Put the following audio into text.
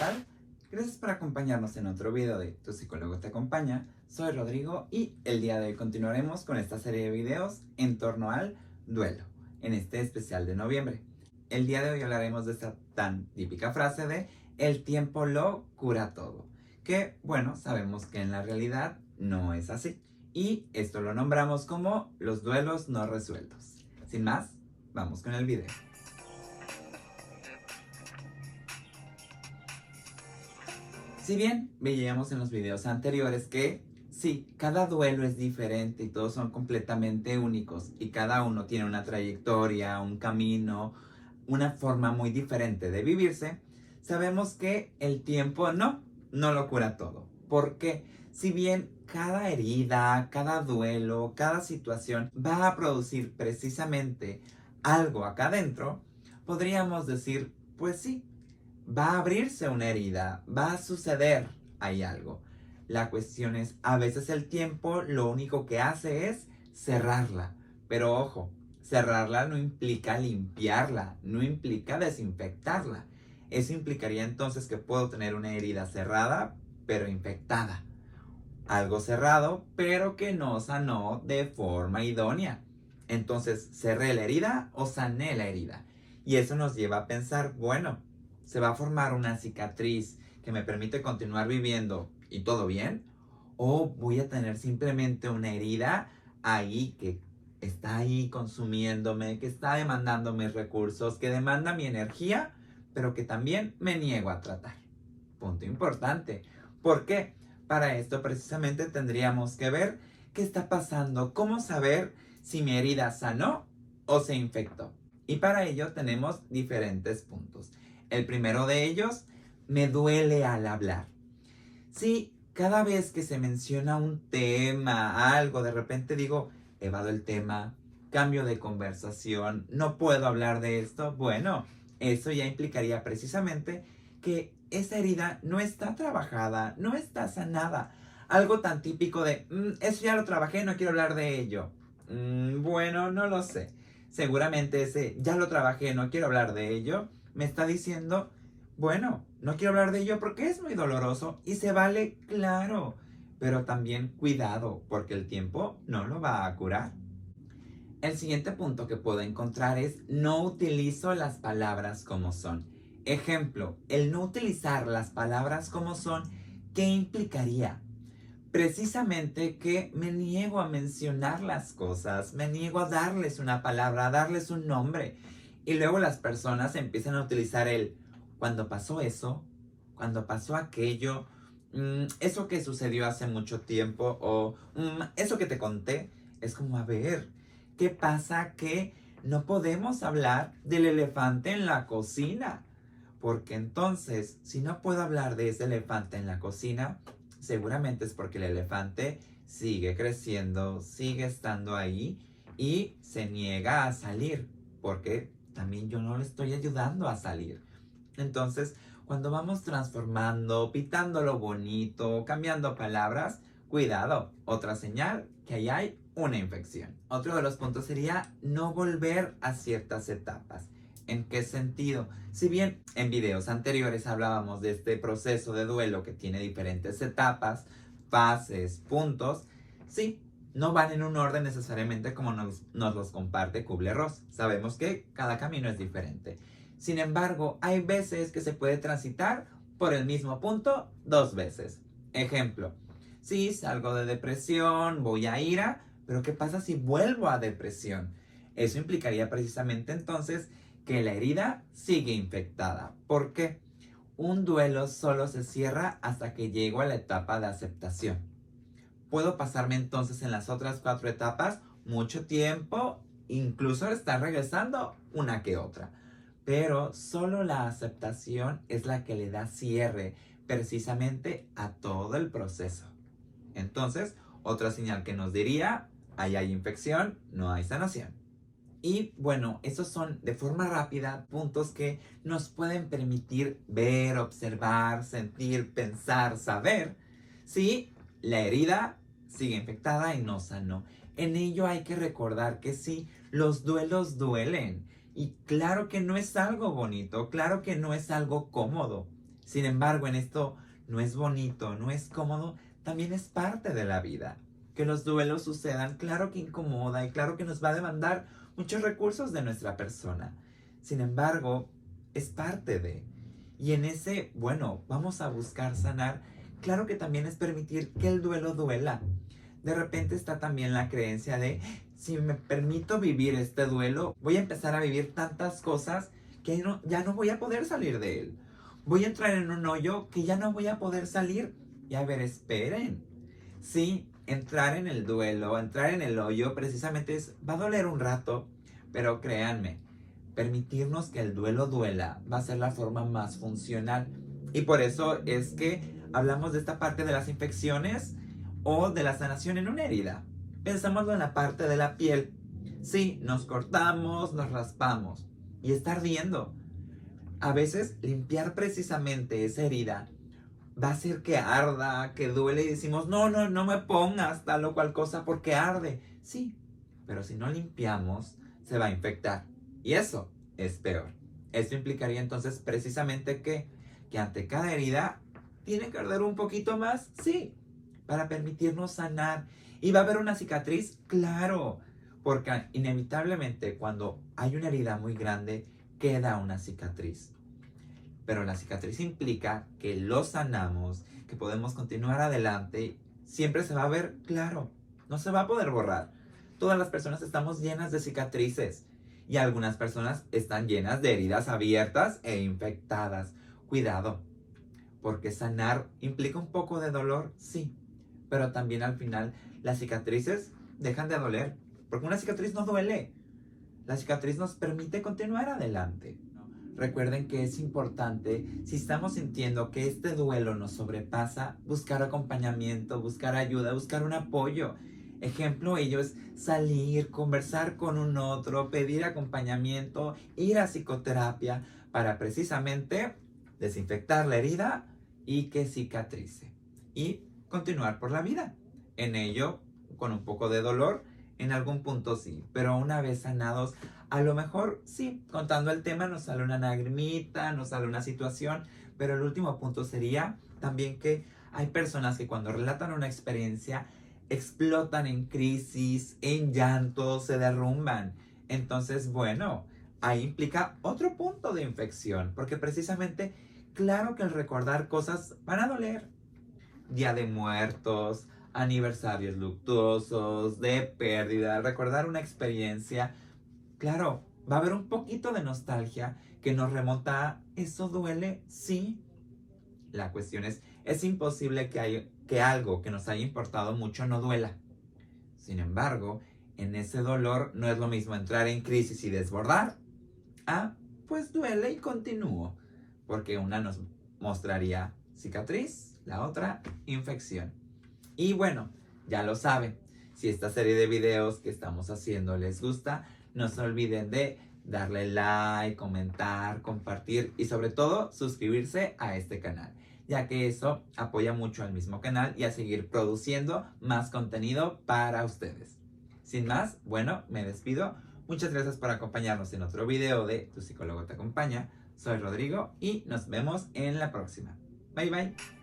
tal? Gracias por acompañarnos en otro video de Tu Psicólogo Te Acompaña. Soy Rodrigo y el día de hoy continuaremos con esta serie de videos en torno al duelo, en este especial de noviembre. El día de hoy hablaremos de esta tan típica frase de el tiempo lo cura todo, que bueno, sabemos que en la realidad no es así. Y esto lo nombramos como los duelos no resueltos. Sin más, vamos con el video. Si bien veíamos en los videos anteriores que sí, cada duelo es diferente y todos son completamente únicos y cada uno tiene una trayectoria, un camino, una forma muy diferente de vivirse, sabemos que el tiempo no lo cura todo. Porque si bien cada herida, cada duelo, cada situación va a producir precisamente algo acá adentro, podríamos decir, pues sí, va a abrirse una herida, va a suceder ahí algo. La cuestión es, a veces el tiempo lo único que hace es cerrarla. Pero ojo, cerrarla no implica limpiarla, no implica desinfectarla. Eso implicaría entonces que puedo tener una herida cerrada, pero infectada. Algo cerrado, pero que no sanó de forma idónea. Entonces, ¿cerré la herida o sané la herida? Y eso nos lleva a pensar, bueno, ¿se va a formar una cicatriz que me permite continuar viviendo y todo bien? ¿O voy a tener simplemente una herida ahí que está ahí consumiéndome, que está demandando mis recursos, que demanda mi energía, pero que también me niego a tratar? Punto importante. ¿Por qué? Para esto precisamente tendríamos que ver qué está pasando, cómo saber si mi herida sanó o se infectó. Y para ello tenemos diferentes puntos. El primero de ellos, me duele al hablar. Si cada vez que se menciona un tema, algo, de repente digo, evado el tema, cambio de conversación, no puedo hablar de esto, bueno, eso ya implicaría precisamente que esa herida no está trabajada, no está sanada. Algo tan típico de, eso ya lo trabajé, no quiero hablar de ello. Bueno, no lo sé. Seguramente ese, ya lo trabajé, no quiero hablar de ello, me está diciendo, bueno, no quiero hablar de ello porque es muy doloroso y se vale, claro. Pero también cuidado, porque el tiempo no lo va a curar. El siguiente punto que puedo encontrar es no utilizo las palabras como son. Ejemplo, el no utilizar las palabras como son, ¿qué implicaría? Precisamente que me niego a mencionar las cosas, me niego a darles una palabra, a darles un nombre. Y luego las personas empiezan a utilizar el cuando pasó eso, cuando pasó aquello, eso que sucedió hace mucho tiempo o eso que te conté. Es como, a ver, ¿qué pasa que no podemos hablar del elefante en la cocina? Porque entonces, si no puedo hablar de ese elefante en la cocina, seguramente es porque el elefante sigue creciendo, sigue estando ahí y se niega a salir, porque también yo no le estoy ayudando a salir. Entonces, cuando vamos transformando, pitando lo bonito, cambiando palabras, cuidado, otra señal que ahí hay una infección. Otro de los puntos sería no volver a ciertas etapas. ¿En qué sentido? Si bien en videos anteriores hablábamos de este proceso de duelo que tiene diferentes etapas, fases, puntos, sí, no van en un orden necesariamente como nos los comparte Kubler-Ross. Sabemos que cada camino es diferente. Sin embargo, hay veces que se puede transitar por el mismo punto 2 veces. Ejemplo, sí, salgo de depresión, voy a ira, pero ¿qué pasa si vuelvo a depresión? Eso implicaría precisamente entonces que la herida sigue infectada. ¿Por qué? Un duelo solo se cierra hasta que llego a la etapa de aceptación. Puedo pasarme entonces en las otras 4 etapas mucho tiempo, incluso estar regresando una que otra. Pero solo la aceptación es la que le da cierre precisamente a todo el proceso. Entonces, otra señal que nos diría, ahí hay infección, no hay sanación. Y bueno, esos son de forma rápida puntos que nos pueden permitir ver, observar, sentir, pensar, saber si la herida sigue infectada y no sanó. En ello hay que recordar que sí, los duelos duelen. Y claro que no es algo bonito, claro que no es algo cómodo. Sin embargo, en esto no es bonito, no es cómodo, también es parte de la vida. Que los duelos sucedan, claro que incomoda y claro que nos va a demandar muchos recursos de nuestra persona. Sin embargo, es parte de. Y en ese, bueno, vamos a buscar sanar. Claro que también es permitir que el duelo duela. De repente está también la creencia de, si me permito vivir este duelo, voy a empezar a vivir tantas cosas que ya no voy a poder salir de él. Voy a entrar en un hoyo que ya no voy a poder salir. Y a ver, esperen. Sí, entrar en el duelo, entrar en el hoyo, precisamente va a doler un rato, pero créanme, permitirnos que el duelo duela va a ser la forma más funcional. Y por eso es que hablamos de esta parte de las infecciones o de la sanación en una herida. Pensámoslo en la parte de la piel. Sí, nos cortamos, nos raspamos y está ardiendo. A veces limpiar precisamente esa herida va a hacer que arda, que duele y decimos, no, no, no me pongas tal o cual cosa porque arde. Sí, pero si no limpiamos, se va a infectar. Y eso es peor. Esto implicaría entonces precisamente que ante cada herida tiene que arder un poquito más, sí, para permitirnos sanar. ¿Y va a haber una cicatriz? Claro, porque inevitablemente cuando hay una herida muy grande, queda una cicatriz. Pero la cicatriz implica que lo sanamos, que podemos continuar adelante. Siempre se va a ver claro, no se va a poder borrar. Todas las personas estamos llenas de cicatrices y algunas personas están llenas de heridas abiertas e infectadas. Cuidado, porque sanar implica un poco de dolor, sí, pero también al final las cicatrices dejan de doler, porque una cicatriz no duele. La cicatriz nos permite continuar adelante. Recuerden que es importante, si estamos sintiendo que este duelo nos sobrepasa, buscar acompañamiento, buscar ayuda, buscar un apoyo. Ejemplo, ello es salir, conversar con un otro, pedir acompañamiento, ir a psicoterapia para precisamente desinfectar la herida y que cicatrice. Y continuar por la vida. En ello, con un poco de dolor, en algún punto sí, pero una vez sanados, a lo mejor sí, contando el tema nos sale una lagrimita, nos sale una situación, pero el último punto sería también que hay personas que cuando relatan una experiencia explotan en crisis, en llanto, se derrumban. Entonces, bueno, ahí implica otro punto de infección, porque precisamente, claro que el recordar cosas van a doler. Día de Muertos, aniversarios luctuosos, de pérdida, recordar una experiencia. Claro, va a haber un poquito de nostalgia que nos remonta a ¿eso duele? Sí. La cuestión es imposible que algo que nos haya importado mucho no duela. Sin embargo, en ese dolor no es lo mismo entrar en crisis y desbordar. Ah, pues duele y continúo. Porque una nos mostraría cicatriz, la otra infección. Y bueno, ya lo saben, si esta serie de videos que estamos haciendo les gusta, no se olviden de darle like, comentar, compartir y sobre todo suscribirse a este canal, ya que eso apoya mucho al mismo canal y a seguir produciendo más contenido para ustedes. Sin más, bueno, me despido. Muchas gracias por acompañarnos en otro video de Tu Psicólogo Te Acompaña. Soy Rodrigo y nos vemos en la próxima. Bye bye.